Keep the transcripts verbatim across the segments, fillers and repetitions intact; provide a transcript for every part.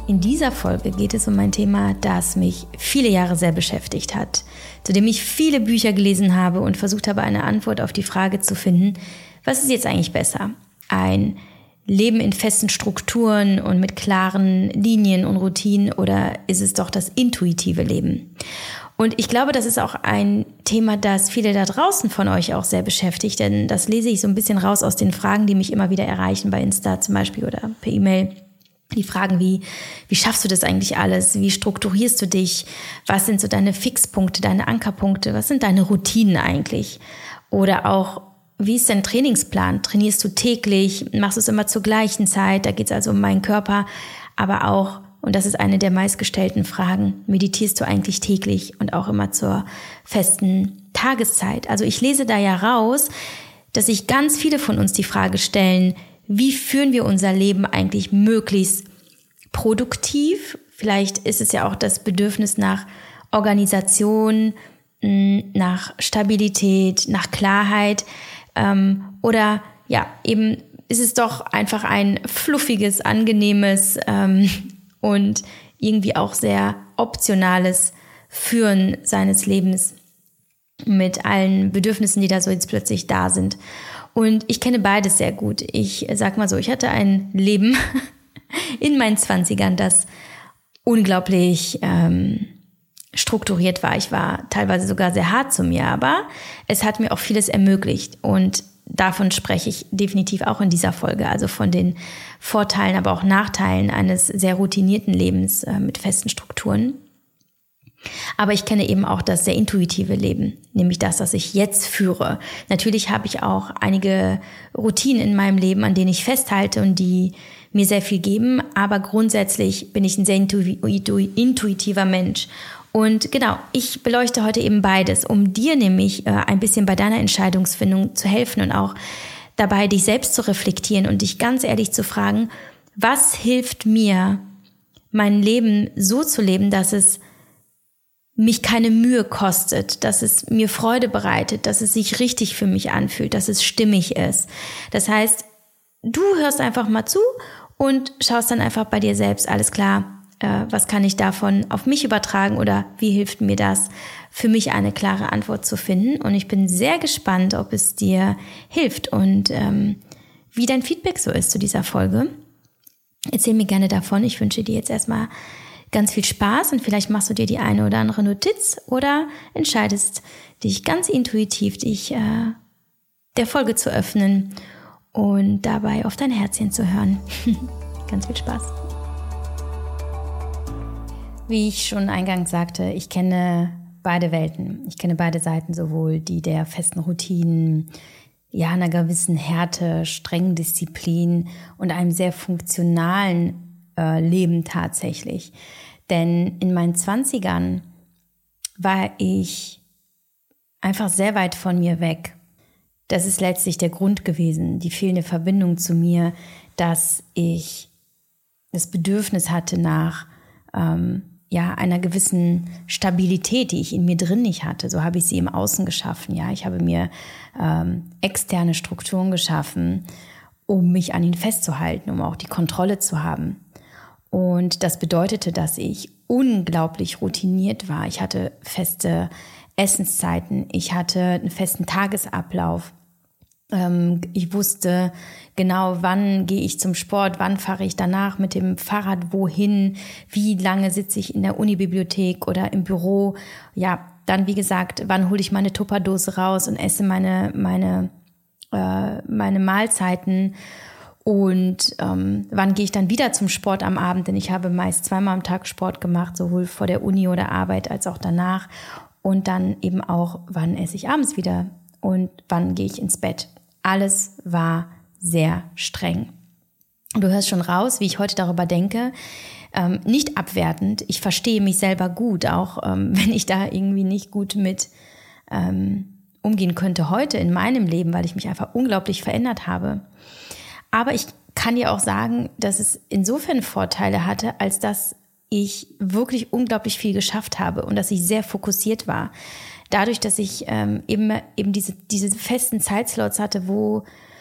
In dieser Folge geht es um ein Thema, das mich viele Jahre sehr beschäftigt hat, zu dem ich viele Bücher gelesen habe und versucht habe, eine Antwort auf die Frage zu finden, was ist jetzt eigentlich besser? Ein Leben in festen Strukturen und mit klaren Linien und Routinen oder ist es doch das intuitive Leben? Und ich glaube, das ist auch ein Thema, das viele da draußen von euch auch sehr beschäftigt, denn das lese ich so ein bisschen raus aus den Fragen, die mich immer wieder erreichen, bei Insta zum Beispiel oder per E-Mail. Die Fragen wie, wie schaffst du das eigentlich alles? Wie strukturierst du dich? Was sind so deine Fixpunkte, deine Ankerpunkte? Was sind deine Routinen eigentlich? Oder auch, wie ist dein Trainingsplan? Trainierst du täglich? Machst du es immer zur gleichen Zeit? Da geht es also um meinen Körper. Aber auch, und das ist eine der meistgestellten Fragen, meditierst du eigentlich täglich und auch immer zur festen Tageszeit? Also ich lese da ja raus, dass sich ganz viele von uns die Frage stellen, wie führen wir unser Leben eigentlich möglichst produktiv? Vielleicht ist es ja auch das Bedürfnis nach Organisation, nach Stabilität, nach Klarheit. Oder ja, eben ist es doch einfach ein fluffiges, angenehmes und irgendwie auch sehr optionales Führen seines Lebens mit allen Bedürfnissen, die da so jetzt plötzlich da sind. Und ich kenne beides sehr gut. Ich sag mal so, ich hatte ein Leben in meinen Zwanzigern, das unglaublich ähm, strukturiert war. Ich war teilweise sogar sehr hart zu mir, aber es hat mir auch vieles ermöglicht. Und davon spreche ich definitiv auch in dieser Folge. Also von den Vorteilen, aber auch Nachteilen eines sehr routinierten Lebens äh, mit festen Strukturen. Aber ich kenne eben auch das sehr intuitive Leben, nämlich das, das ich jetzt führe. Natürlich habe ich auch einige Routinen in meinem Leben, an denen ich festhalte und die mir sehr viel geben. Aber grundsätzlich bin ich ein sehr intuitiver Mensch. Und genau, ich beleuchte heute eben beides, um dir nämlich äh, ein bisschen bei deiner Entscheidungsfindung zu helfen und auch dabei, dich selbst zu reflektieren und dich ganz ehrlich zu fragen, was hilft mir, mein Leben so zu leben, dass es mich keine Mühe kostet, dass es mir Freude bereitet, dass es sich richtig für mich anfühlt, dass es stimmig ist. Das heißt, du hörst einfach mal zu und schaust dann einfach bei dir selbst, alles klar, äh, was kann ich davon auf mich übertragen oder wie hilft mir das, für mich eine klare Antwort zu finden. Und ich bin sehr gespannt, ob es dir hilft und ähm, wie dein Feedback so ist zu dieser Folge. Erzähl mir gerne davon. Ich wünsche dir jetzt erstmal ganz viel Spaß und vielleicht machst du dir die eine oder andere Notiz oder entscheidest dich ganz intuitiv, dich äh, der Folge zu öffnen und dabei auf dein Herzchen zu hören. Ganz viel Spaß. Wie ich schon eingangs sagte, ich kenne beide Welten. Ich kenne beide Seiten, sowohl die der festen Routinen, ja, einer gewissen Härte, strengen Disziplin und einem sehr funktionalen Leben tatsächlich. Denn in meinen Zwanzigern war ich einfach sehr weit von mir weg. Das ist letztlich der Grund gewesen, die fehlende Verbindung zu mir, dass ich das Bedürfnis hatte nach ähm, ja, einer gewissen Stabilität, die ich in mir drin nicht hatte. So habe ich sie im Außen geschaffen. Ja, ich habe mir ähm, externe Strukturen geschaffen, um mich an ihnen festzuhalten, um auch die Kontrolle zu haben. Und das bedeutete, dass ich unglaublich routiniert war. Ich hatte feste Essenszeiten, ich hatte einen festen Tagesablauf. Ich wusste genau, wann gehe ich zum Sport, wann fahre ich danach mit dem Fahrrad wohin, wie lange sitze ich in der Unibibliothek oder im Büro. Ja, dann wie gesagt, wann hole ich meine Tupperdose raus und esse meine, meine, äh, meine Mahlzeiten. Und ähm, wann gehe ich dann wieder zum Sport am Abend? Denn ich habe meist zweimal am Tag Sport gemacht, sowohl vor der Uni oder Arbeit als auch danach. Und dann eben auch, wann esse ich abends wieder und wann gehe ich ins Bett. Alles war sehr streng. Du hörst schon raus, wie ich heute darüber denke. Ähm, nicht abwertend. Ich verstehe mich selber gut, auch ähm, wenn ich da irgendwie nicht gut mit ähm, umgehen könnte heute in meinem Leben, weil ich mich einfach unglaublich verändert habe. Aber ich kann dir auch sagen, dass es insofern Vorteile hatte, als dass ich wirklich unglaublich viel geschafft habe und dass ich sehr fokussiert war. Dadurch, dass ich ähm, eben, eben diese, diese festen Zeitslots hatte, wo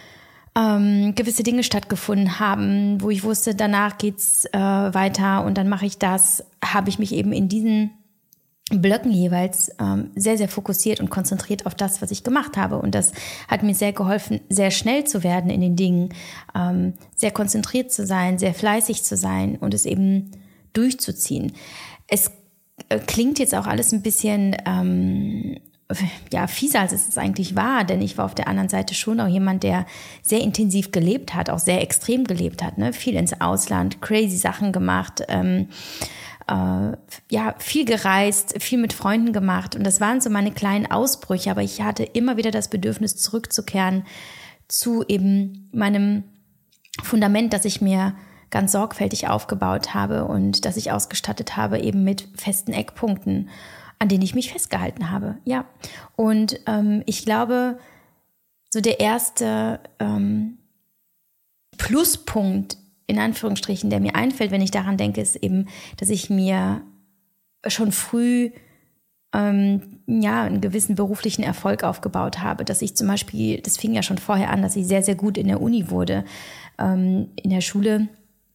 ähm, gewisse Dinge stattgefunden haben, wo ich wusste, danach geht's äh, weiter und dann mache ich das, habe ich mich eben in diesen Blöcken jeweils ähm, sehr, sehr fokussiert und konzentriert auf das, was ich gemacht habe. Und das hat mir sehr geholfen, sehr schnell zu werden in den Dingen, ähm, sehr konzentriert zu sein, sehr fleißig zu sein und es eben durchzuziehen. Es äh, klingt jetzt auch alles ein bisschen ähm, ja, fieser, als es eigentlich war, denn ich war auf der anderen Seite schon auch jemand, der sehr intensiv gelebt hat, auch sehr extrem gelebt hat, ne? Viel ins Ausland, crazy Sachen gemacht, ähm, äh, ja, viel gereist, viel mit Freunden gemacht und das waren so meine kleinen Ausbrüche, aber ich hatte immer wieder das Bedürfnis, zurückzukehren zu eben meinem Fundament, das ich mir ganz sorgfältig aufgebaut habe und das ich ausgestattet habe eben mit festen Eckpunkten, an denen ich mich festgehalten habe. Ja, und ähm, ich glaube, so der erste ähm, Pluspunkt in Anführungsstrichen, der mir einfällt, wenn ich daran denke, ist eben, dass ich mir schon früh ähm, ja einen gewissen beruflichen Erfolg aufgebaut habe, dass ich zum Beispiel, das fing ja schon vorher an, dass ich sehr, sehr gut in der Uni wurde. Ähm, in der Schule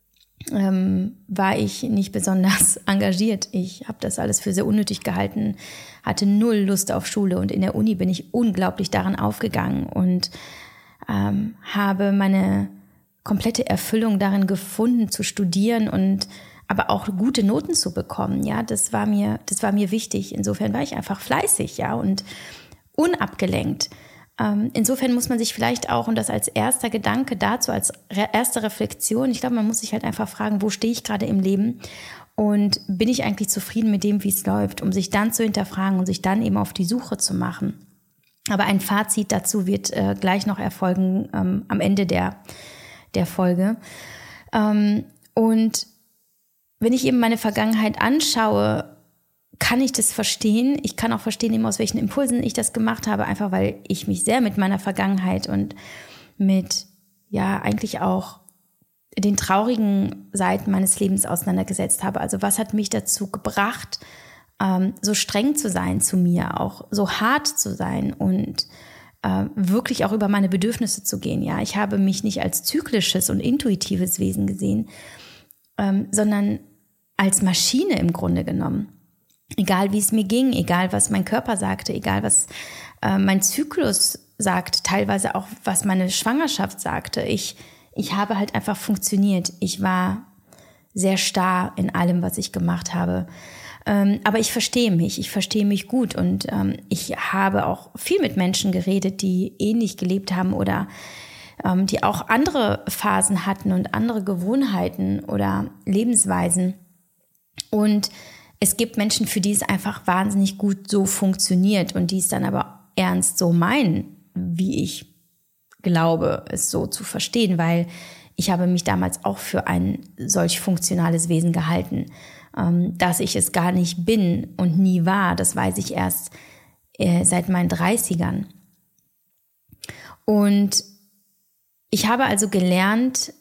ähm, war ich nicht besonders engagiert. Ich habe das alles für sehr unnötig gehalten, hatte null Lust auf Schule und in der Uni bin ich unglaublich daran aufgegangen und ähm, habe meine komplette Erfüllung darin gefunden, zu studieren und aber auch gute Noten zu bekommen. Ja, das war mir, das war mir wichtig. Insofern war ich einfach fleißig, ja, und unabgelenkt. Ähm, insofern muss man sich vielleicht auch, und das als erster Gedanke dazu, als re- erste Reflexion, ich glaube, man muss sich halt einfach fragen, wo stehe ich gerade im Leben und bin ich eigentlich zufrieden mit dem, wie es läuft, um sich dann zu hinterfragen und sich dann eben auf die Suche zu machen. Aber ein Fazit dazu wird äh, gleich noch erfolgen ähm, am Ende der der Folge. Ähm, und wenn ich eben meine Vergangenheit anschaue, kann ich das verstehen. Ich kann auch verstehen, eben aus welchen Impulsen ich das gemacht habe, einfach weil ich mich sehr mit meiner Vergangenheit und mit, ja, eigentlich auch den traurigen Seiten meines Lebens auseinandergesetzt habe. Also was hat mich dazu gebracht, ähm, so streng zu sein zu mir, auch so hart zu sein und wirklich auch über meine Bedürfnisse zu gehen. Ja, ich habe mich nicht als zyklisches und intuitives Wesen gesehen, ähm, sondern als Maschine im Grunde genommen. Egal wie es mir ging, egal was mein Körper sagte, egal was äh, mein Zyklus sagt, teilweise auch was meine Schwangerschaft sagte. Ich, ich habe halt einfach funktioniert. Ich war sehr starr in allem, was ich gemacht habe. Ähm, aber ich verstehe mich, ich verstehe mich gut und ähm, ich habe auch viel mit Menschen geredet, die ähnlich gelebt haben oder ähm, die auch andere Phasen hatten und andere Gewohnheiten oder Lebensweisen. Und es gibt Menschen, für die es einfach wahnsinnig gut so funktioniert und die es dann aber ernst so meinen, wie ich glaube, es so zu verstehen, weil ich habe mich damals auch für ein solch funktionales Wesen gehalten. Dass ich es gar nicht bin und nie war, das weiß ich erst äh, seit meinen dreißigern. Und ich habe also gelernt,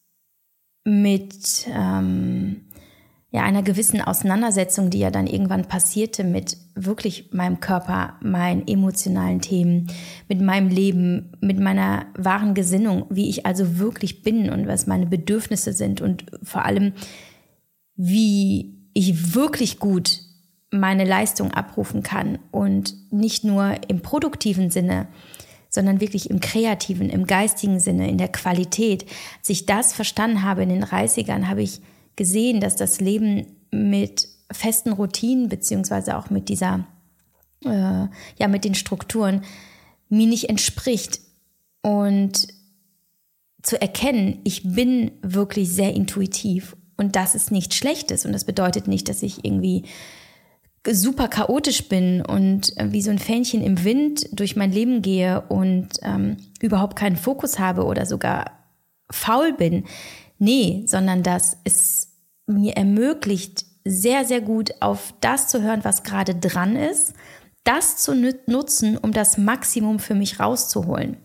mit ähm, ja, einer gewissen Auseinandersetzung, die ja dann irgendwann passierte, mit wirklich meinem Körper, meinen emotionalen Themen, mit meinem Leben, mit meiner wahren Gesinnung, wie ich also wirklich bin und was meine Bedürfnisse sind und vor allem, wie ich wirklich gut meine Leistung abrufen kann und nicht nur im produktiven Sinne, sondern wirklich im kreativen, im geistigen Sinne, in der Qualität. Als ich das verstanden habe in den dreißigern, habe ich gesehen, dass das Leben mit festen Routinen beziehungsweise auch mit dieser, äh, ja, mit den Strukturen mir nicht entspricht. Und zu erkennen, ich bin wirklich sehr intuitiv. Und das ist nichts Schlechtes. Und das bedeutet nicht, dass ich irgendwie super chaotisch bin und wie so ein Fähnchen im Wind durch mein Leben gehe und ähm, überhaupt keinen Fokus habe oder sogar faul bin. Nee, sondern dass es mir ermöglicht, sehr, sehr gut auf das zu hören, was gerade dran ist, das zu nutzen, um das Maximum für mich rauszuholen.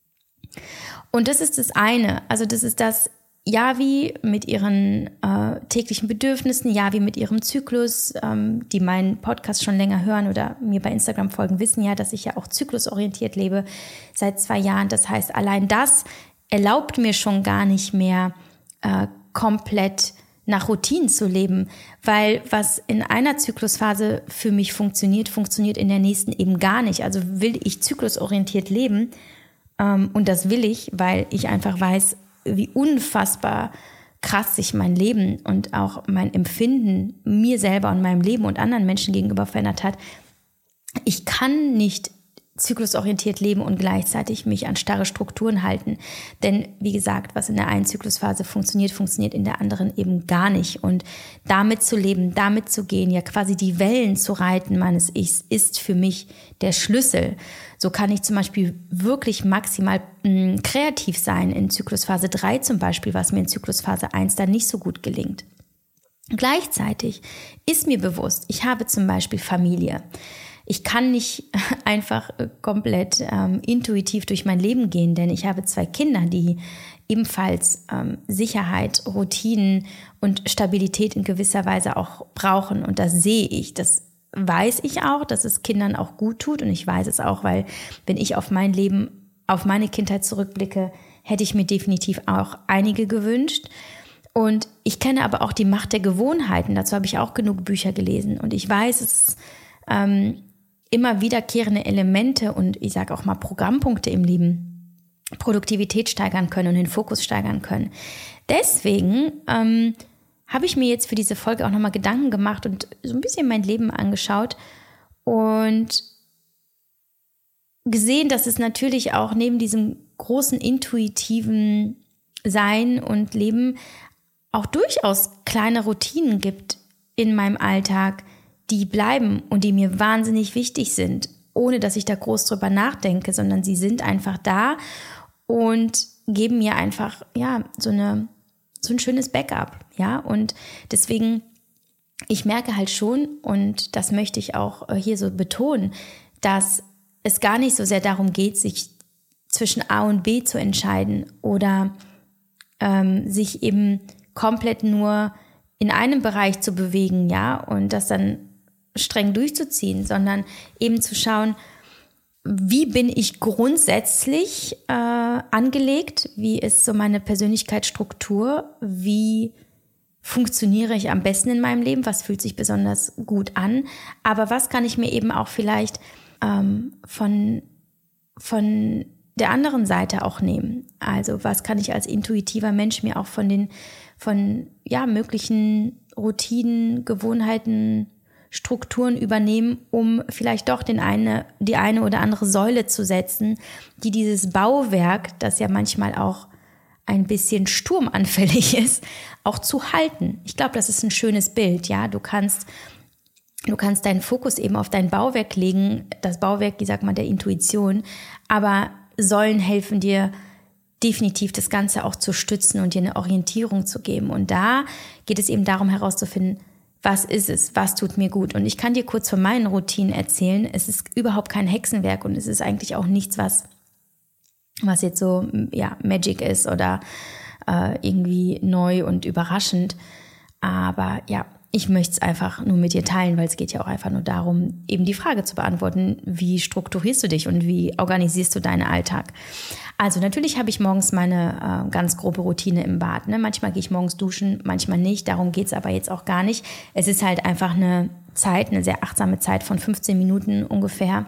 Und das ist das eine. Also das ist das, Yavi mit ihren äh, täglichen Bedürfnissen, ja, wie mit ihrem Zyklus. Ähm, die meinen Podcast schon länger hören oder mir bei Instagram folgen, wissen ja, dass ich ja auch zyklusorientiert lebe seit zwei Jahren. Das heißt, allein das erlaubt mir schon gar nicht mehr äh, komplett nach Routinen zu leben, weil was in einer Zyklusphase für mich funktioniert, funktioniert in der nächsten eben gar nicht. Also will ich zyklusorientiert leben, ähm, und das will ich, weil ich einfach weiß, wie unfassbar krass sich mein Leben und auch mein Empfinden mir selber und meinem Leben und anderen Menschen gegenüber verändert hat. Ich kann nicht zyklusorientiert leben und gleichzeitig mich an starre Strukturen halten. Denn wie gesagt, was in der einen Zyklusphase funktioniert, funktioniert in der anderen eben gar nicht. Und damit zu leben, damit zu gehen, ja quasi die Wellen zu reiten meines Ichs, ist für mich der Schlüssel. So kann ich zum Beispiel wirklich maximal mh, kreativ sein in Zyklusphase drei zum Beispiel, was mir in Zyklusphase eins dann nicht so gut gelingt. Gleichzeitig ist mir bewusst, ich habe zum Beispiel Familie. Ich kann nicht einfach komplett ähm, intuitiv durch mein Leben gehen, denn ich habe zwei Kinder, die ebenfalls ähm, Sicherheit, Routinen und Stabilität in gewisser Weise auch brauchen. Und das sehe ich, das weiß ich auch, dass es Kindern auch gut tut. Und ich weiß es auch, weil wenn ich auf mein Leben, auf meine Kindheit zurückblicke, hätte ich mir definitiv auch einige gewünscht. Und ich kenne aber auch die Macht der Gewohnheiten. Dazu habe ich auch genug Bücher gelesen. Und ich weiß, es ist ähm, immer wiederkehrende Elemente und ich sage auch mal Programmpunkte im Leben Produktivität steigern können und den Fokus steigern können. Deswegen ähm, habe ich mir jetzt für diese Folge auch nochmal Gedanken gemacht und so ein bisschen mein Leben angeschaut und gesehen, dass es natürlich auch neben diesem großen intuitiven Sein und Leben auch durchaus kleine Routinen gibt in meinem Alltag, die bleiben und die mir wahnsinnig wichtig sind, ohne dass ich da groß drüber nachdenke, sondern sie sind einfach da und geben mir einfach, ja, so eine, so ein schönes Backup, ja, und deswegen, ich merke halt schon, und das möchte ich auch hier so betonen, dass es gar nicht so sehr darum geht, sich zwischen A und B zu entscheiden oder ähm, sich eben komplett nur in einem Bereich zu bewegen, ja, und das dann streng durchzuziehen, sondern eben zu schauen, wie bin ich grundsätzlich äh, angelegt, wie ist so meine Persönlichkeitsstruktur, wie funktioniere ich am besten in meinem Leben, was fühlt sich besonders gut an, aber was kann ich mir eben auch vielleicht ähm, von, von der anderen Seite auch nehmen, also was kann ich als intuitiver Mensch mir auch von den von ja möglichen Routinen, Gewohnheiten, Strukturen übernehmen, um vielleicht doch den eine, die eine oder andere Säule zu setzen, die dieses Bauwerk, das ja manchmal auch ein bisschen sturmanfällig ist, auch zu halten. Ich glaube, das ist ein schönes Bild, ja. Du kannst, du kannst deinen Fokus eben auf dein Bauwerk legen, das Bauwerk, ich sag mal, der Intuition, aber Säulen helfen dir definitiv das Ganze auch zu stützen und dir eine Orientierung zu geben. Und da geht es eben darum herauszufinden, was ist es, was tut mir gut. Und ich kann dir kurz von meinen Routinen erzählen. Es ist überhaupt kein Hexenwerk und es ist eigentlich auch nichts, was, was jetzt so ja, Magic ist oder äh, irgendwie neu und überraschend. Aber ja, ich möchte es einfach nur mit dir teilen, weil es geht ja auch einfach nur darum, eben die Frage zu beantworten, wie strukturierst du dich und wie organisierst du deinen Alltag? Also natürlich habe ich morgens meine äh, ganz grobe Routine im Bad. Ne? Manchmal gehe ich morgens duschen, manchmal nicht. Darum geht es aber jetzt auch gar nicht. Es ist halt einfach eine Zeit, eine sehr achtsame Zeit von fünfzehn Minuten ungefähr,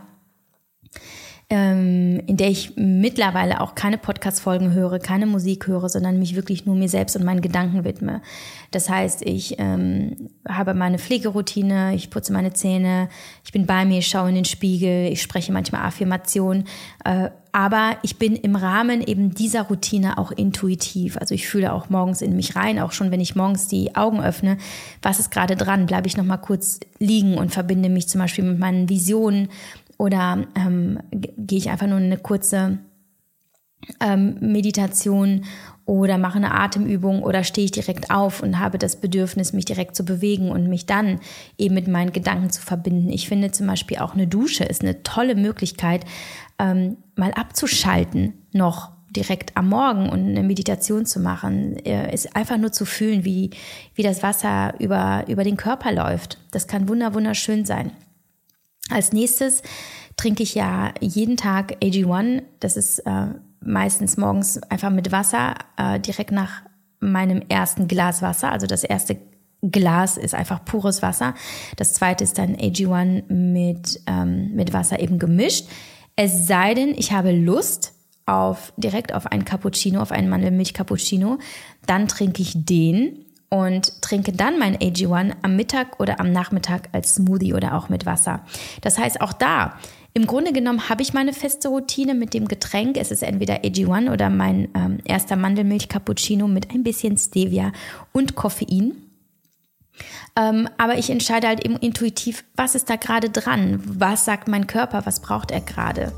ähm, in der ich mittlerweile auch keine Podcast-Folgen höre, keine Musik höre, sondern mich wirklich nur mir selbst und meinen Gedanken widme. Das heißt, ich ähm, habe meine Pflegeroutine, ich putze meine Zähne, ich bin bei mir, ich schaue in den Spiegel, ich spreche manchmal Affirmationen, äh, aber ich bin im Rahmen eben dieser Routine auch intuitiv. Also ich fühle auch morgens in mich rein, auch schon wenn ich morgens die Augen öffne, was ist gerade dran, bleibe ich nochmal kurz liegen und verbinde mich zum Beispiel mit meinen Visionen oder ähm, gehe ich einfach nur eine kurze ähm, Meditation oder mache eine Atemübung oder stehe ich direkt auf und habe das Bedürfnis, mich direkt zu bewegen und mich dann eben mit meinen Gedanken zu verbinden. Ich finde zum Beispiel auch eine Dusche ist eine tolle Möglichkeit, ähm, mal abzuschalten noch direkt am Morgen und eine Meditation zu machen, ist einfach nur zu fühlen, wie, wie das Wasser über, über den Körper läuft. Das kann wunder, wunderschön sein. Als nächstes trinke ich ja jeden Tag A G eins. Das ist äh, meistens morgens einfach mit Wasser, äh, direkt nach meinem ersten Glas Wasser. Also das erste Glas ist einfach pures Wasser. Das zweite ist dann A G eins mit, ähm, mit Wasser eben gemischt. Es sei denn, ich habe Lust auf direkt auf einen Cappuccino, auf einen Mandelmilch-Cappuccino, dann trinke ich den und trinke dann mein A G eins am Mittag oder am Nachmittag als Smoothie oder auch mit Wasser. Das heißt, auch da, im Grunde genommen habe ich meine feste Routine mit dem Getränk. Es ist entweder A G eins oder mein ähm, erster Mandelmilch-Cappuccino mit ein bisschen Stevia und Koffein. Ähm, aber ich entscheide halt eben intuitiv, was ist da gerade dran? Was sagt mein Körper? Was braucht er gerade?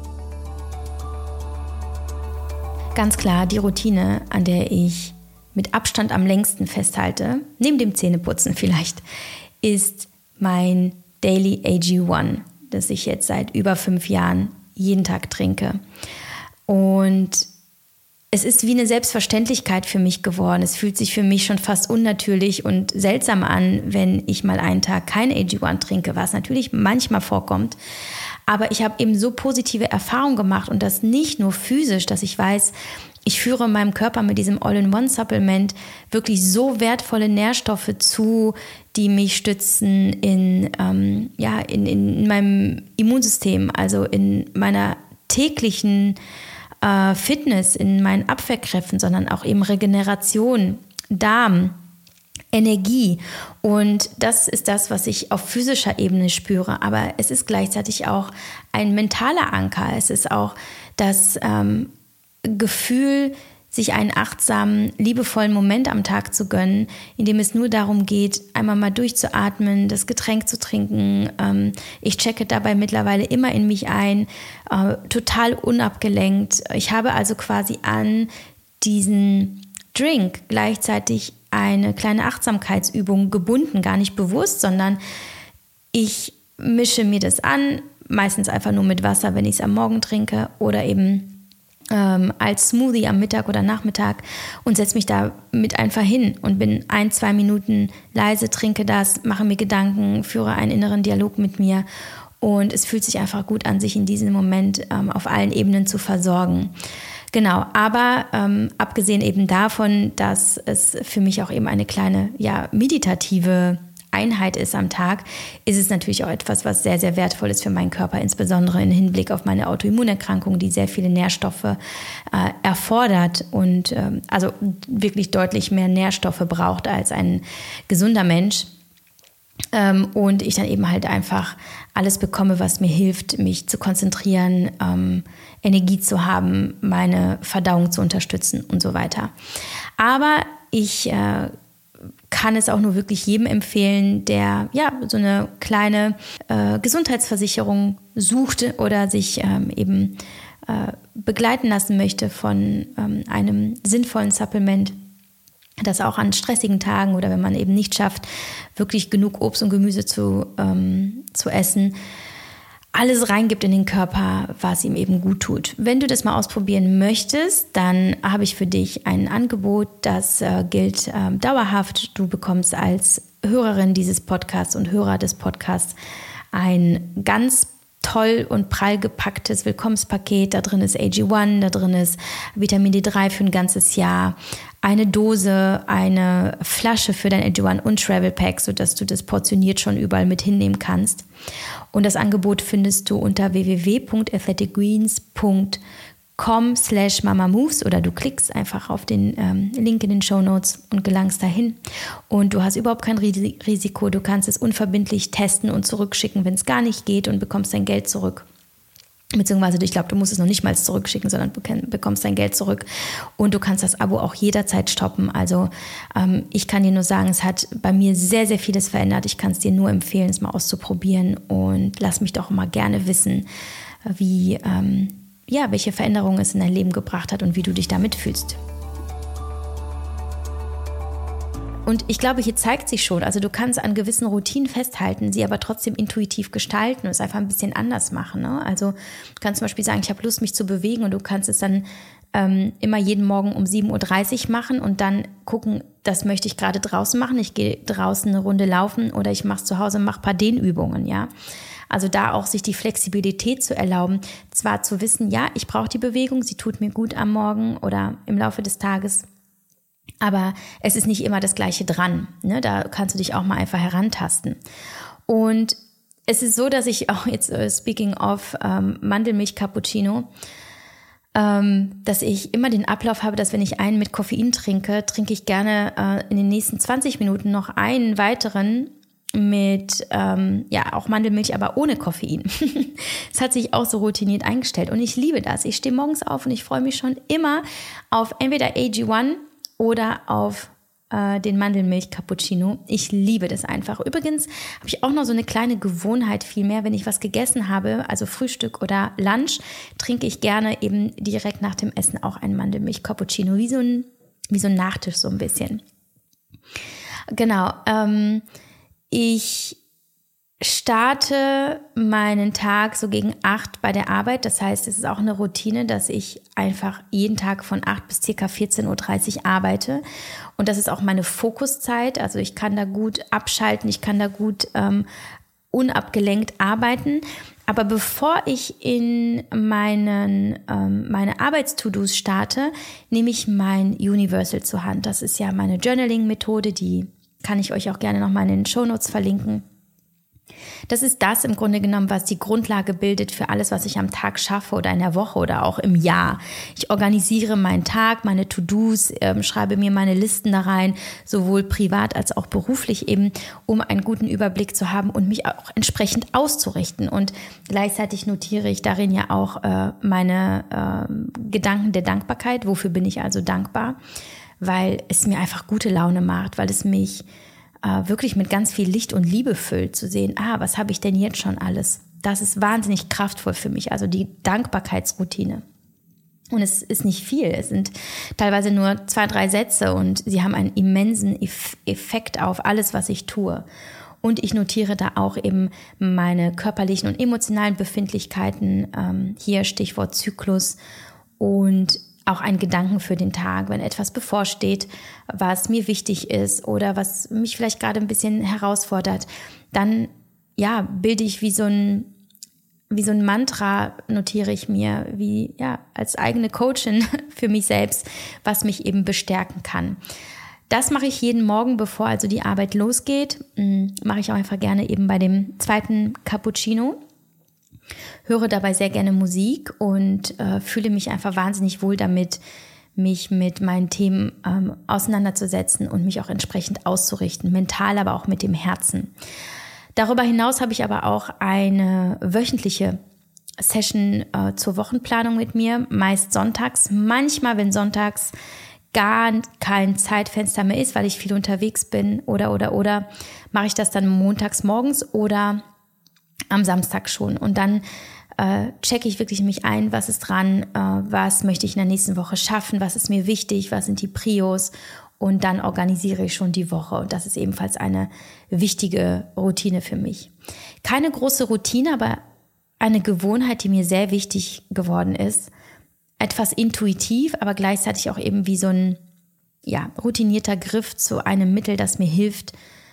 Ganz klar, die Routine, an der ich mit Abstand am längsten festhalte, neben dem Zähneputzen vielleicht, ist mein Daily A G eins, das ich jetzt seit über fünf Jahren jeden Tag trinke. Und es ist wie eine Selbstverständlichkeit für mich geworden. Es fühlt sich für mich schon fast unnatürlich und seltsam an, wenn ich mal einen Tag kein A G eins trinke, was natürlich manchmal vorkommt. Aber ich habe eben so positive Erfahrungen gemacht und das nicht nur physisch, dass ich weiß, ich führe meinem Körper mit diesem All-in-One-Supplement wirklich so wertvolle Nährstoffe zu, die mich stützen in, ähm, ja, in, in meinem Immunsystem, also in meiner täglichen äh, Fitness, in meinen Abwehrkräften, sondern auch eben Regeneration, Darm, Energie. Und das ist das, was ich auf physischer Ebene spüre. Aber es ist gleichzeitig auch ein mentaler Anker. Es ist auch das ähm, Gefühl, sich einen achtsamen, liebevollen Moment am Tag zu gönnen, in dem es nur darum geht, einmal mal durchzuatmen, das Getränk zu trinken. Ähm, ich checke dabei mittlerweile immer in mich ein, äh, total unabgelenkt. Ich habe also quasi an diesen Drink gleichzeitig eine kleine Achtsamkeitsübung gebunden, gar nicht bewusst, sondern ich mische mir das an, meistens einfach nur mit Wasser, wenn ich es am Morgen trinke oder eben ähm, als Smoothie am Mittag oder Nachmittag und setze mich da mit einfach hin und bin ein, zwei Minuten leise, trinke das, mache mir Gedanken, führe einen inneren Dialog mit mir und es fühlt sich einfach gut an, sich in diesem Moment ähm, auf allen Ebenen zu versorgen. Genau, aber ähm, abgesehen eben davon, dass es für mich auch eben eine kleine, ja, meditative Einheit ist am Tag, ist es natürlich auch etwas, was sehr, sehr wertvoll ist für meinen Körper, insbesondere im Hinblick auf meine Autoimmunerkrankung, die sehr viele Nährstoffe äh, erfordert und ähm, also wirklich deutlich mehr Nährstoffe braucht als ein gesunder Mensch. Ähm, und ich dann eben halt einfach alles bekomme, was mir hilft, mich zu konzentrieren, ähm, Energie zu haben, meine Verdauung zu unterstützen und so weiter. Aber ich äh, kann es auch nur wirklich jedem empfehlen, der ja so eine kleine äh, Gesundheitsversicherung sucht oder sich ähm, eben äh, begleiten lassen möchte von ähm, einem sinnvollen Supplement, das auch an stressigen Tagen oder wenn man eben nicht schafft, wirklich genug Obst und Gemüse zu, ähm, zu essen, alles reingibt in den Körper, was ihm eben gut tut. Wenn du das mal ausprobieren möchtest, dann habe ich für dich ein Angebot, das äh, gilt äh, dauerhaft. Du bekommst als Hörerin dieses Podcasts und Hörer des Podcasts ein ganz toll und prall gepacktes Willkommenspaket. Da drin ist A G eins, da drin ist Vitamin D drei für ein ganzes Jahr, eine Dose, eine Flasche für dein A G eins und Travel Pack, sodass du das portioniert schon überall mit hinnehmen kannst. Und das Angebot findest du unter w w w punkt athletic greens punkt com slash mamamoves oder du klickst einfach auf den ähm, Link in den Shownotes und gelangst dahin. Und du hast überhaupt kein Risiko. Du kannst es unverbindlich testen und zurückschicken, wenn es gar nicht geht und bekommst dein Geld zurück. Beziehungsweise, ich glaube, du musst es noch nicht mal zurückschicken, sondern du bekommst dein Geld zurück. Und du kannst das Abo auch jederzeit stoppen. Also ähm, ich kann dir nur sagen, es hat bei mir sehr, sehr vieles verändert. Ich kann es dir nur empfehlen, es mal auszuprobieren. Und lass mich doch mal gerne wissen, wie... Ähm, ja, welche Veränderungen es in dein Leben gebracht hat und wie du dich damit fühlst. Und ich glaube, hier zeigt sich schon, also du kannst an gewissen Routinen festhalten, sie aber trotzdem intuitiv gestalten und es einfach ein bisschen anders machen. Ne? Also du kannst zum Beispiel sagen, ich habe Lust, mich zu bewegen und du kannst es dann ähm, immer jeden Morgen um sieben Uhr dreißig machen und dann gucken, das möchte ich gerade draußen machen. Ich gehe draußen eine Runde laufen oder ich mache es zu Hause, mache ein paar Dehnübungen, ja. Also da auch sich die Flexibilität zu erlauben, zwar zu wissen, ja, ich brauche die Bewegung, sie tut mir gut am Morgen oder im Laufe des Tages, aber es ist nicht immer das Gleiche dran. Ne? Da kannst du dich auch mal einfach herantasten. Und es ist so, dass ich auch jetzt, uh, speaking of ähm, Mandelmilch-Cappuccino, ähm, dass ich immer den Ablauf habe, dass wenn ich einen mit Koffein trinke, trinke ich gerne äh, in den nächsten zwanzig Minuten noch einen weiteren mit, ähm, ja, auch Mandelmilch, aber ohne Koffein. Es hat sich auch so routiniert eingestellt und ich liebe das. Ich stehe morgens auf und ich freue mich schon immer auf entweder A G eins oder auf äh, den Mandelmilch-Cappuccino. Ich liebe das einfach. Übrigens habe ich auch noch so eine kleine Gewohnheit vielmehr, wenn ich was gegessen habe, also Frühstück oder Lunch, trinke ich gerne eben direkt nach dem Essen auch einen Mandelmilch-Cappuccino, wie so ein, wie so ein Nachtisch so ein bisschen. Genau, ähm, ich starte meinen Tag so gegen acht bei der Arbeit. Das heißt, es ist auch eine Routine, dass ich einfach jeden Tag von acht bis circa vierzehn Uhr dreißig arbeite. Und das ist auch meine Fokuszeit. Also ich kann da gut abschalten, ich kann da gut ähm, unabgelenkt arbeiten. Aber bevor ich in meinen, ähm, meine Arbeits-To-Dos starte, nehme ich mein Universal zur Hand. Das ist ja meine Journaling-Methode, die kann ich euch auch gerne nochmal in den Shownotes verlinken. Das ist das im Grunde genommen, was die Grundlage bildet für alles, was ich am Tag schaffe oder in der Woche oder auch im Jahr. Ich organisiere meinen Tag, meine To-Dos, äh, schreibe mir meine Listen da rein, sowohl privat als auch beruflich eben, um einen guten Überblick zu haben und mich auch entsprechend auszurichten. Und gleichzeitig notiere ich darin ja auch äh, meine äh, Gedanken der Dankbarkeit. Wofür bin ich also dankbar? Weil es mir einfach gute Laune macht, weil es mich äh, wirklich mit ganz viel Licht und Liebe füllt, zu sehen, ah, was habe ich denn jetzt schon alles? Das ist wahnsinnig kraftvoll für mich, also die Dankbarkeitsroutine. Und es ist nicht viel, es sind teilweise nur zwei, drei Sätze und sie haben einen immensen Effekt auf alles, was ich tue. Und ich notiere da auch eben meine körperlichen und emotionalen Befindlichkeiten, ähm, hier Stichwort Zyklus und auch einen Gedanken für den Tag, wenn etwas bevorsteht, was mir wichtig ist oder was mich vielleicht gerade ein bisschen herausfordert, dann ja, bilde ich wie so ein wie so ein Mantra, notiere ich mir, wie ja, als eigene Coachin für mich selbst, was mich eben bestärken kann. Das mache ich jeden Morgen, bevor also die Arbeit losgeht, mache ich auch einfach gerne eben bei dem zweiten Cappuccino. Höre dabei sehr gerne Musik und äh, fühle mich einfach wahnsinnig wohl damit, mich mit meinen Themen ähm, auseinanderzusetzen und mich auch entsprechend auszurichten, mental, aber auch mit dem Herzen. Darüber hinaus habe ich aber auch eine wöchentliche Session äh, zur Wochenplanung mit mir, meist sonntags. Manchmal, wenn sonntags gar kein Zeitfenster mehr ist, weil ich viel unterwegs bin oder, oder, oder, mache ich das dann montags morgens oder am Samstag schon. Und dann äh, checke ich wirklich mich ein, was ist dran, äh, was möchte ich in der nächsten Woche schaffen, was ist mir wichtig, was sind die Prios und dann organisiere ich schon die Woche. Und das ist ebenfalls eine wichtige Routine für mich. Keine große Routine, aber eine Gewohnheit, die mir sehr wichtig geworden ist. Etwas intuitiv, aber gleichzeitig auch eben wie so ein ja, routinierter Griff zu einem Mittel, das mir hilft,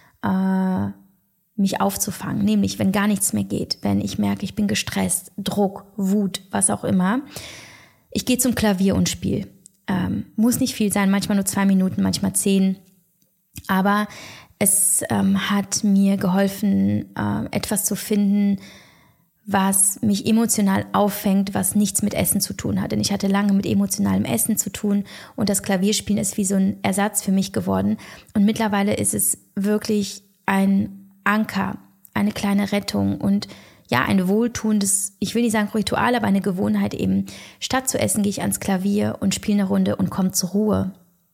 äh, mich aufzufangen, nämlich wenn gar nichts mehr geht, wenn ich merke, ich bin gestresst, Druck, Wut, was auch immer. Ich gehe zum Klavier und spiele. Ähm, muss nicht viel sein, manchmal nur zwei Minuten, manchmal zehn. Aber es ähm, hat mir geholfen, äh, etwas zu finden, was mich emotional auffängt, was nichts mit Essen zu tun hat. Denn ich hatte lange mit emotionalem Essen zu tun und das Klavierspielen ist wie so ein Ersatz für mich geworden. Und mittlerweile ist es wirklich ein Anker, eine kleine Rettung und ja, ein wohltuendes, ich will nicht sagen Ritual, aber eine Gewohnheit eben. Statt zu essen gehe ich ans Klavier und spiele eine Runde und komme zur Ruhe.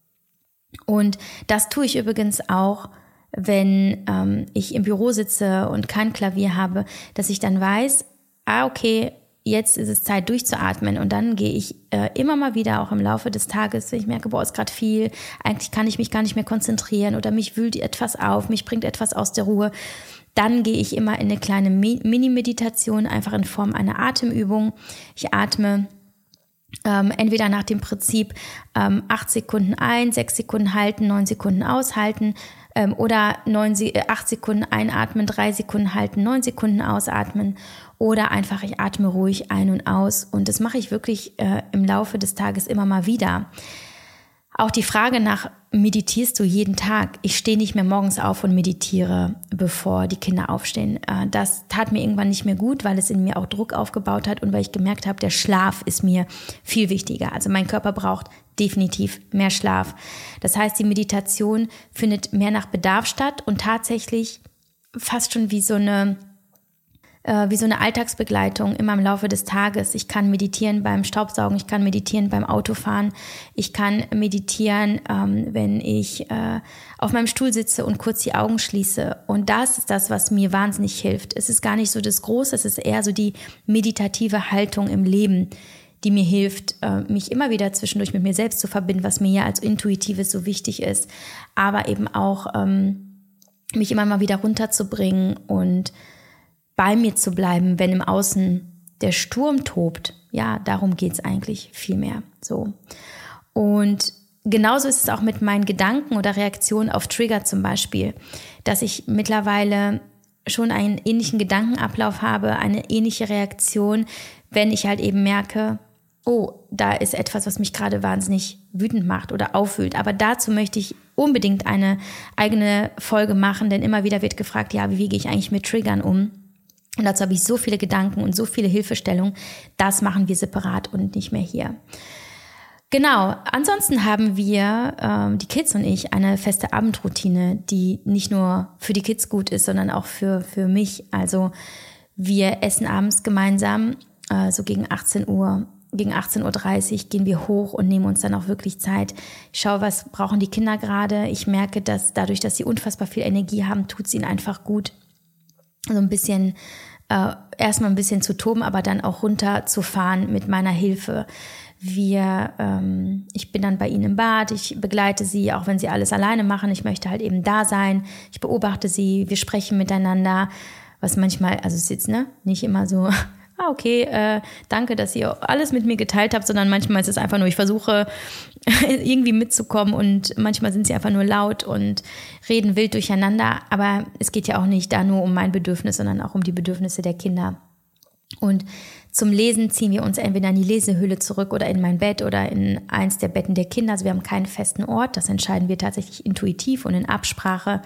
Und das tue ich übrigens auch, wenn ähm, ich im Büro sitze und kein Klavier habe, dass ich dann weiß, ah okay, jetzt ist es Zeit durchzuatmen und dann gehe ich äh, immer mal wieder auch im Laufe des Tages, wenn ich merke, boah, ist gerade viel, eigentlich kann ich mich gar nicht mehr konzentrieren oder mich wühlt etwas auf, mich bringt etwas aus der Ruhe, dann gehe ich immer in eine kleine Mini-Meditation, einfach in Form einer Atemübung. Ich atme Ähm, entweder nach dem Prinzip ähm, acht Sekunden ein, sechs Sekunden halten, neun Sekunden aushalten ähm, oder neun, acht Sekunden einatmen, drei Sekunden halten, neun Sekunden ausatmen oder einfach ich atme ruhig ein und aus und das mache ich wirklich äh, im Laufe des Tages immer mal wieder. Auch die Frage nach, meditierst du jeden Tag? Ich stehe nicht mehr morgens auf und meditiere, bevor die Kinder aufstehen. Das tat mir irgendwann nicht mehr gut, weil es in mir auch Druck aufgebaut hat und weil ich gemerkt habe, der Schlaf ist mir viel wichtiger. Also mein Körper braucht definitiv mehr Schlaf. Das heißt, die Meditation findet mehr nach Bedarf statt und tatsächlich fast schon wie so eine wie so eine Alltagsbegleitung immer im Laufe des Tages. Ich kann meditieren beim Staubsaugen, ich kann meditieren beim Autofahren, ich kann meditieren, ähm, wenn ich äh, auf meinem Stuhl sitze und kurz die Augen schließe. Und das ist das, was mir wahnsinnig hilft. Es ist gar nicht so das Große, es ist eher so die meditative Haltung im Leben, die mir hilft, äh, mich immer wieder zwischendurch mit mir selbst zu verbinden, was mir ja als Intuitives so wichtig ist, aber eben auch ähm, mich immer mal wieder runterzubringen und bei mir zu bleiben, wenn im Außen der Sturm tobt. Ja, darum geht's eigentlich viel mehr. So. Und genauso ist es auch mit meinen Gedanken oder Reaktionen auf Trigger zum Beispiel, dass ich mittlerweile schon einen ähnlichen Gedankenablauf habe, eine ähnliche Reaktion, wenn ich halt eben merke, oh, da ist etwas, was mich gerade wahnsinnig wütend macht oder aufwühlt. Aber dazu möchte ich unbedingt eine eigene Folge machen, denn immer wieder wird gefragt, ja, wie gehe ich eigentlich mit Triggern um? Und dazu habe ich so viele Gedanken und so viele Hilfestellungen. Das machen wir separat und nicht mehr hier. Genau, ansonsten haben wir, ähm, die Kids und ich, eine feste Abendroutine, die nicht nur für die Kids gut ist, sondern auch für, für mich. Also wir essen abends gemeinsam, äh, so gegen achtzehn Uhr. Gegen achtzehn Uhr dreißig gehen wir hoch und nehmen uns dann auch wirklich Zeit. Ich schaue, was brauchen die Kinder gerade. Ich merke, dass dadurch, dass sie unfassbar viel Energie haben, tut es ihnen einfach gut, so ein bisschen, äh, erstmal ein bisschen zu toben, aber dann auch runterzufahren mit meiner Hilfe. Wir, ähm, ich bin dann bei ihnen im Bad, ich begleite sie, auch wenn sie alles alleine machen. Ich möchte halt eben da sein. Ich beobachte sie, wir sprechen miteinander, was manchmal, also es ist jetzt ne, nicht immer so, ah okay, äh, danke, dass ihr alles mit mir geteilt habt, sondern manchmal ist es einfach nur, ich versuche irgendwie mitzukommen und manchmal sind sie einfach nur laut und reden wild durcheinander, aber es geht ja auch nicht da nur um mein Bedürfnis, sondern auch um die Bedürfnisse der Kinder. Und zum Lesen ziehen wir uns entweder in die Lesehülle zurück oder in mein Bett oder in eins der Betten der Kinder. Also wir haben keinen festen Ort, das entscheiden wir tatsächlich intuitiv und in Absprache.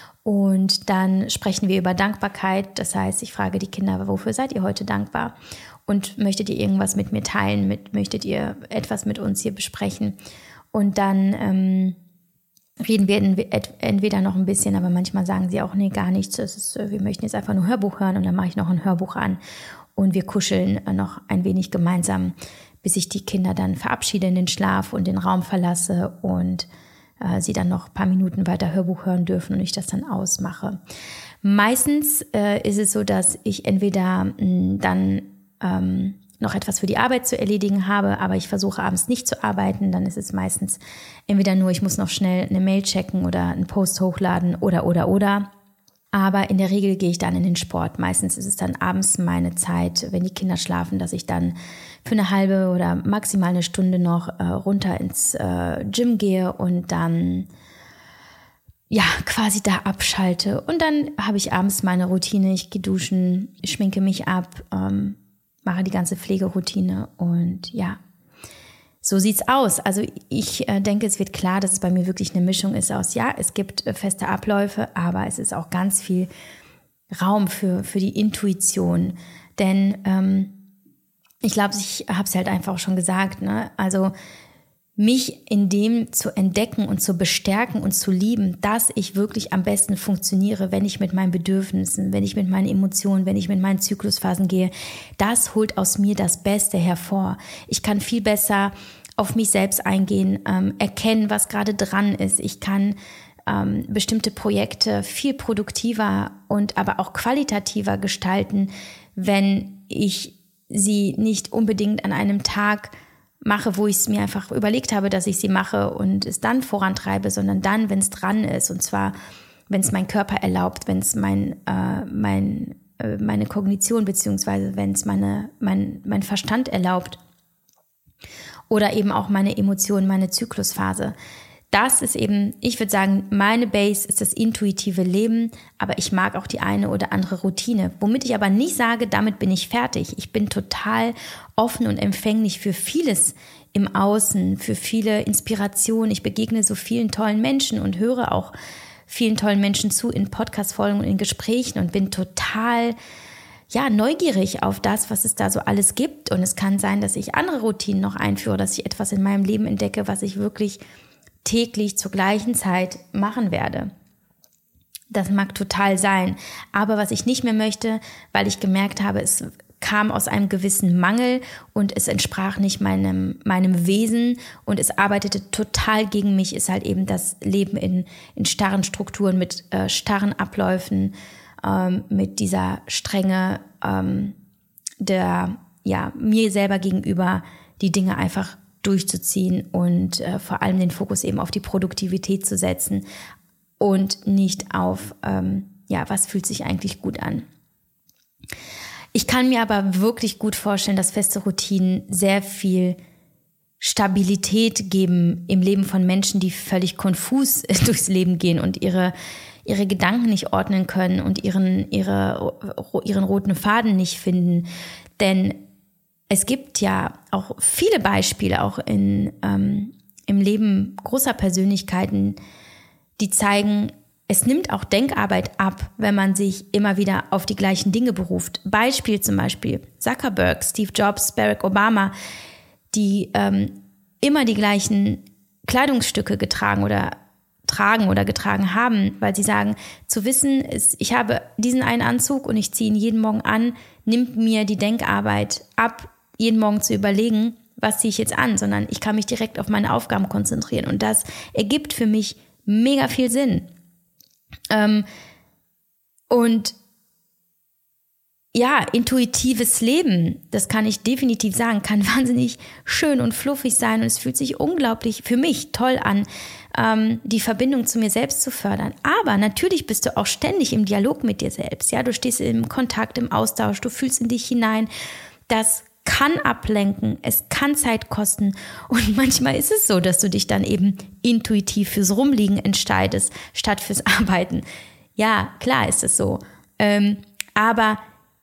Und dann sprechen wir über Dankbarkeit. Das heißt, ich frage die Kinder, wofür seid ihr heute dankbar? Und möchtet ihr irgendwas mit mir teilen? Mit, möchtet ihr etwas mit uns hier besprechen? Und dann ähm, reden wir entweder noch ein bisschen, aber manchmal sagen sie auch, nee, gar nichts. Das ist, wir möchten jetzt einfach nur Hörbuch hören und dann mache ich noch ein Hörbuch an. Und wir kuscheln noch ein wenig gemeinsam, bis ich die Kinder dann verabschiede in den Schlaf und den Raum verlasse und äh, sie dann noch ein paar Minuten weiter Hörbuch hören dürfen und ich das dann ausmache. Meistens äh, ist es so, dass ich entweder mh, dann ähm, noch etwas für die Arbeit zu erledigen habe, aber ich versuche abends nicht zu arbeiten. Dann ist es meistens entweder nur, ich muss noch schnell eine Mail checken oder einen Post hochladen oder, oder, oder. Aber in der Regel gehe ich dann in den Sport. Meistens ist es dann abends meine Zeit, wenn die Kinder schlafen, dass ich dann für eine halbe oder maximal eine Stunde noch äh, runter ins äh, Gym gehe und dann ja quasi da abschalte. Und dann habe ich abends meine Routine. Ich gehe duschen, schminke mich ab, ähm, mache die ganze Pflegeroutine und ja, so sieht's aus. Also ich äh, denke, es wird klar, dass es bei mir wirklich eine Mischung ist aus, ja, es gibt äh, feste Abläufe, aber es ist auch ganz viel Raum für, für die Intuition. Denn ähm, ich glaube, ich habe es halt einfach auch schon gesagt, ne? Also mich in dem zu entdecken und zu bestärken und zu lieben, dass ich wirklich am besten funktioniere, wenn ich mit meinen Bedürfnissen, wenn ich mit meinen Emotionen, wenn ich mit meinen Zyklusphasen gehe, das holt aus mir das Beste hervor. Ich kann viel besser auf mich selbst eingehen, ähm, erkennen, was gerade dran ist. Ich kann ähm, bestimmte Projekte viel produktiver und aber auch qualitativer gestalten, wenn ich sie nicht unbedingt an einem Tag mache, wo ich es mir einfach überlegt habe, dass ich sie mache und es dann vorantreibe, sondern dann, wenn es dran ist, und zwar, wenn es mein Körper erlaubt, wenn es mein, äh, mein, äh, meine Kognition beziehungsweise wenn es meine, mein, mein Verstand erlaubt. Oder eben auch meine Emotionen, meine Zyklusphase. Das ist eben, ich würde sagen, meine Base ist das intuitive Leben, aber ich mag auch die eine oder andere Routine. Womit ich aber nicht sage, damit bin ich fertig. Ich bin total offen und empfänglich für vieles im Außen, für viele Inspirationen. Ich begegne so vielen tollen Menschen und höre auch vielen tollen Menschen zu in Podcast-Folgen und in Gesprächen und bin total ja, neugierig auf das, was es da so alles gibt. Und es kann sein, dass ich andere Routinen noch einführe, dass ich etwas in meinem Leben entdecke, was ich wirklich täglich zur gleichen Zeit machen werde. Das mag total sein. Aber was ich nicht mehr möchte, weil ich gemerkt habe, es kam aus einem gewissen Mangel und es entsprach nicht meinem, meinem Wesen und es arbeitete total gegen mich, ist halt eben das Leben in, in starren Strukturen, mit äh, starren Abläufen, ähm, mit dieser Strenge ähm, der, ja, mir selber gegenüber, die Dinge einfach durchzuziehen und äh, vor allem den Fokus eben auf die Produktivität zu setzen und nicht auf, ähm, ja, was fühlt sich eigentlich gut an. Ich kann mir aber wirklich gut vorstellen, dass feste Routinen sehr viel Stabilität geben im Leben von Menschen, die völlig konfus durchs Leben gehen und ihre, ihre Gedanken nicht ordnen können und ihren, ihre, ihren roten Faden nicht finden. Denn es gibt ja auch viele Beispiele, auch in, ähm, im Leben großer Persönlichkeiten, die zeigen, es nimmt auch Denkarbeit ab, wenn man sich immer wieder auf die gleichen Dinge beruft. Beispiel zum Beispiel Zuckerberg, Steve Jobs, Barack Obama, die ähm, immer die gleichen Kleidungsstücke getragen oder tragen oder getragen haben, weil sie sagen, zu wissen, ist, ich habe diesen einen Anzug und ich ziehe ihn jeden Morgen an, nimmt mir die Denkarbeit ab, jeden Morgen zu überlegen, was ziehe ich jetzt an, sondern ich kann mich direkt auf meine Aufgaben konzentrieren. Und das ergibt für mich mega viel Sinn. Ähm, und ja, intuitives Leben, das kann ich definitiv sagen, kann wahnsinnig schön und fluffig sein und es fühlt sich unglaublich für mich toll an, ähm, die Verbindung zu mir selbst zu fördern. Aber natürlich bist du auch ständig im Dialog mit dir selbst. Ja, du stehst im Kontakt, im Austausch, du fühlst in dich hinein. Das kann ablenken, es kann Zeit kosten und manchmal ist es so, dass du dich dann eben intuitiv fürs Rumliegen entscheidest, statt fürs Arbeiten. Ja, klar ist es so. Ähm, aber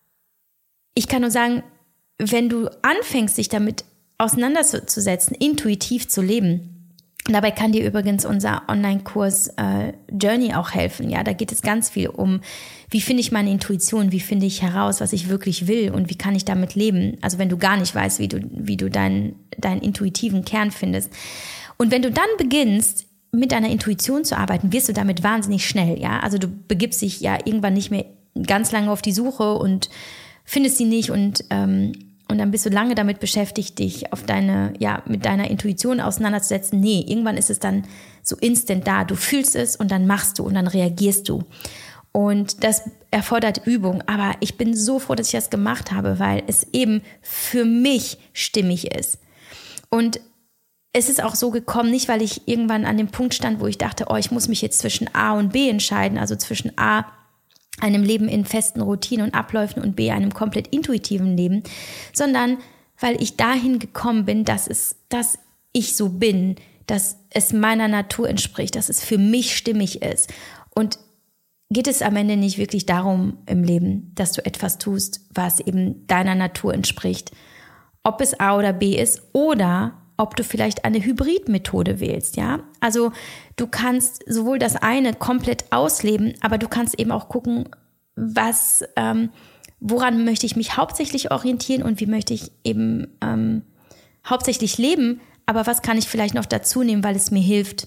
ich kann nur sagen, wenn du anfängst, dich damit auseinanderzusetzen, intuitiv zu leben, dabei kann dir übrigens unser Online-Kurs äh, Journey auch helfen. Ja, da geht es ganz viel um, wie finde ich meine Intuition, wie finde ich heraus, was ich wirklich will und wie kann ich damit leben. Also wenn du gar nicht weißt, wie du, wie du deinen, deinen intuitiven Kern findest. Und wenn du dann beginnst, mit deiner Intuition zu arbeiten, wirst du damit wahnsinnig schnell. Ja, also du begibst dich ja irgendwann nicht mehr ganz lange auf die Suche und findest sie nicht und ähm, und dann bist du lange damit beschäftigt, dich auf deine, ja, mit deiner Intuition auseinanderzusetzen. Nee, irgendwann ist es dann so instant da. Du fühlst es und dann machst du und dann reagierst du. Und das erfordert Übung. Aber ich bin so froh, dass ich das gemacht habe, weil es eben für mich stimmig ist. Und es ist auch so gekommen, nicht weil ich irgendwann an dem Punkt stand, wo ich dachte, oh, ich muss mich jetzt zwischen A und B entscheiden, also zwischen A, einem Leben in festen Routinen und Abläufen und B, einem komplett intuitiven Leben, sondern weil ich dahin gekommen bin, dass es, dass ich so bin, dass es meiner Natur entspricht, dass es für mich stimmig ist. Und geht es am Ende nicht wirklich darum im Leben, dass du etwas tust, was eben deiner Natur entspricht, ob es A oder B ist oder ob du vielleicht eine Hybridmethode wählst, ja? Also du kannst sowohl das eine komplett ausleben, aber du kannst eben auch gucken, was, ähm, woran möchte ich mich hauptsächlich orientieren und wie möchte ich eben ähm, hauptsächlich leben, aber was kann ich vielleicht noch dazu nehmen, weil es mir hilft,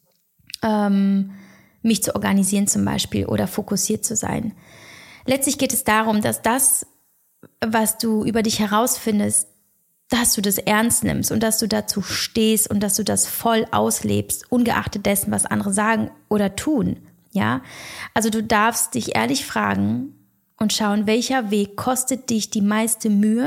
ähm, mich zu organisieren zum Beispiel oder fokussiert zu sein. Letztlich geht es darum, dass das, was du über dich herausfindest, dass du das ernst nimmst und dass du dazu stehst und dass du das voll auslebst, ungeachtet dessen, was andere sagen oder tun. Ja, also du darfst dich ehrlich fragen und schauen, welcher Weg kostet dich die meiste Mühe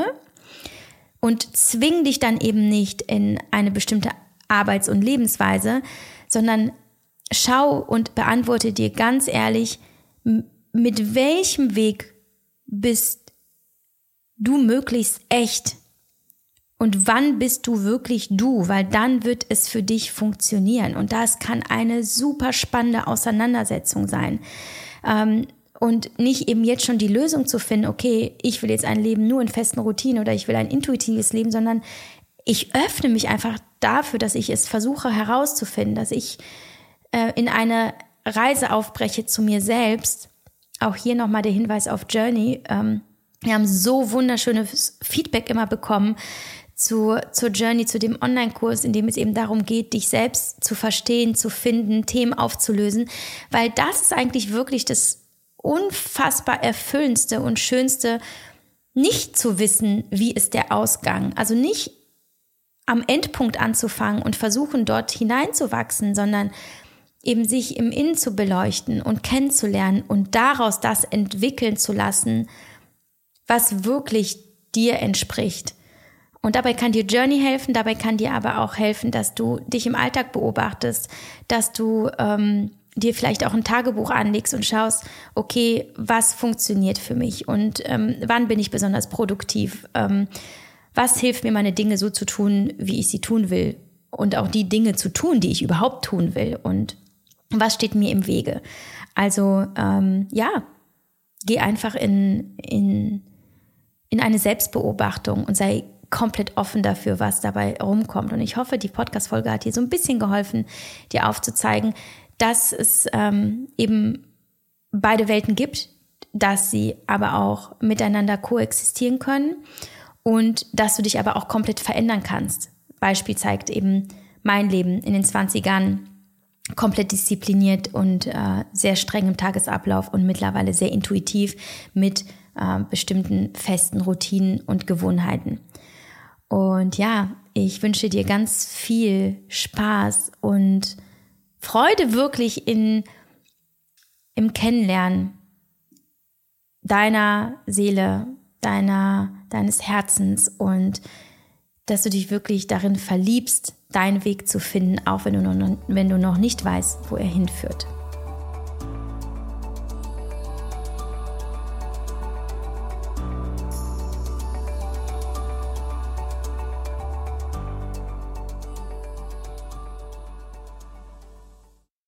und zwing dich dann eben nicht in eine bestimmte Arbeits- und Lebensweise, sondern schau und beantworte dir ganz ehrlich, mit welchem Weg bist du möglichst echt Und wann bist du wirklich du? Weil dann wird es für dich funktionieren. Und das kann eine super spannende Auseinandersetzung sein. Ähm, und nicht eben jetzt schon die Lösung zu finden, okay, ich will jetzt ein Leben nur in festen Routinen oder ich will ein intuitives Leben, sondern ich öffne mich einfach dafür, dass ich es versuche herauszufinden, dass ich äh, in eine Reise aufbreche zu mir selbst. Auch hier nochmal der Hinweis auf Journey. Ähm, wir haben so wunderschönes Feedback immer bekommen, Zu, zur Journey, zu dem Online-Kurs, in dem es eben darum geht, dich selbst zu verstehen, zu finden, Themen aufzulösen, weil das ist eigentlich wirklich das unfassbar erfüllendste und schönste, nicht zu wissen, wie ist der Ausgang. Also nicht am Endpunkt anzufangen und versuchen, dort hineinzuwachsen, sondern eben sich im Innen zu beleuchten und kennenzulernen und daraus das entwickeln zu lassen, was wirklich dir entspricht. Und dabei kann dir Journey helfen, dabei kann dir aber auch helfen, dass du dich im Alltag beobachtest, dass du ähm, dir vielleicht auch ein Tagebuch anlegst und schaust, okay, was funktioniert für mich und ähm, wann bin ich besonders produktiv, ähm, was hilft mir, meine Dinge so zu tun, wie ich sie tun will und auch die Dinge zu tun, die ich überhaupt tun will und was steht mir im Wege. Also ähm, ja, geh einfach in, in, in eine Selbstbeobachtung und sei komplett offen dafür, was dabei rumkommt. Und ich hoffe, die Podcast-Folge hat dir so ein bisschen geholfen, dir aufzuzeigen, dass es ähm, eben beide Welten gibt, dass sie aber auch miteinander koexistieren können und dass du dich aber auch komplett verändern kannst. Beispiel zeigt eben mein Leben in den zwanzigern, komplett diszipliniert und äh, sehr streng im Tagesablauf und mittlerweile sehr intuitiv mit äh, bestimmten festen Routinen und Gewohnheiten. Und ja, ich wünsche dir ganz viel Spaß und Freude wirklich in, im Kennenlernen deiner Seele, deiner, deines Herzens und dass du dich wirklich darin verliebst, deinen Weg zu finden, auch wenn du noch, wenn du noch nicht weißt, wo er hinführt.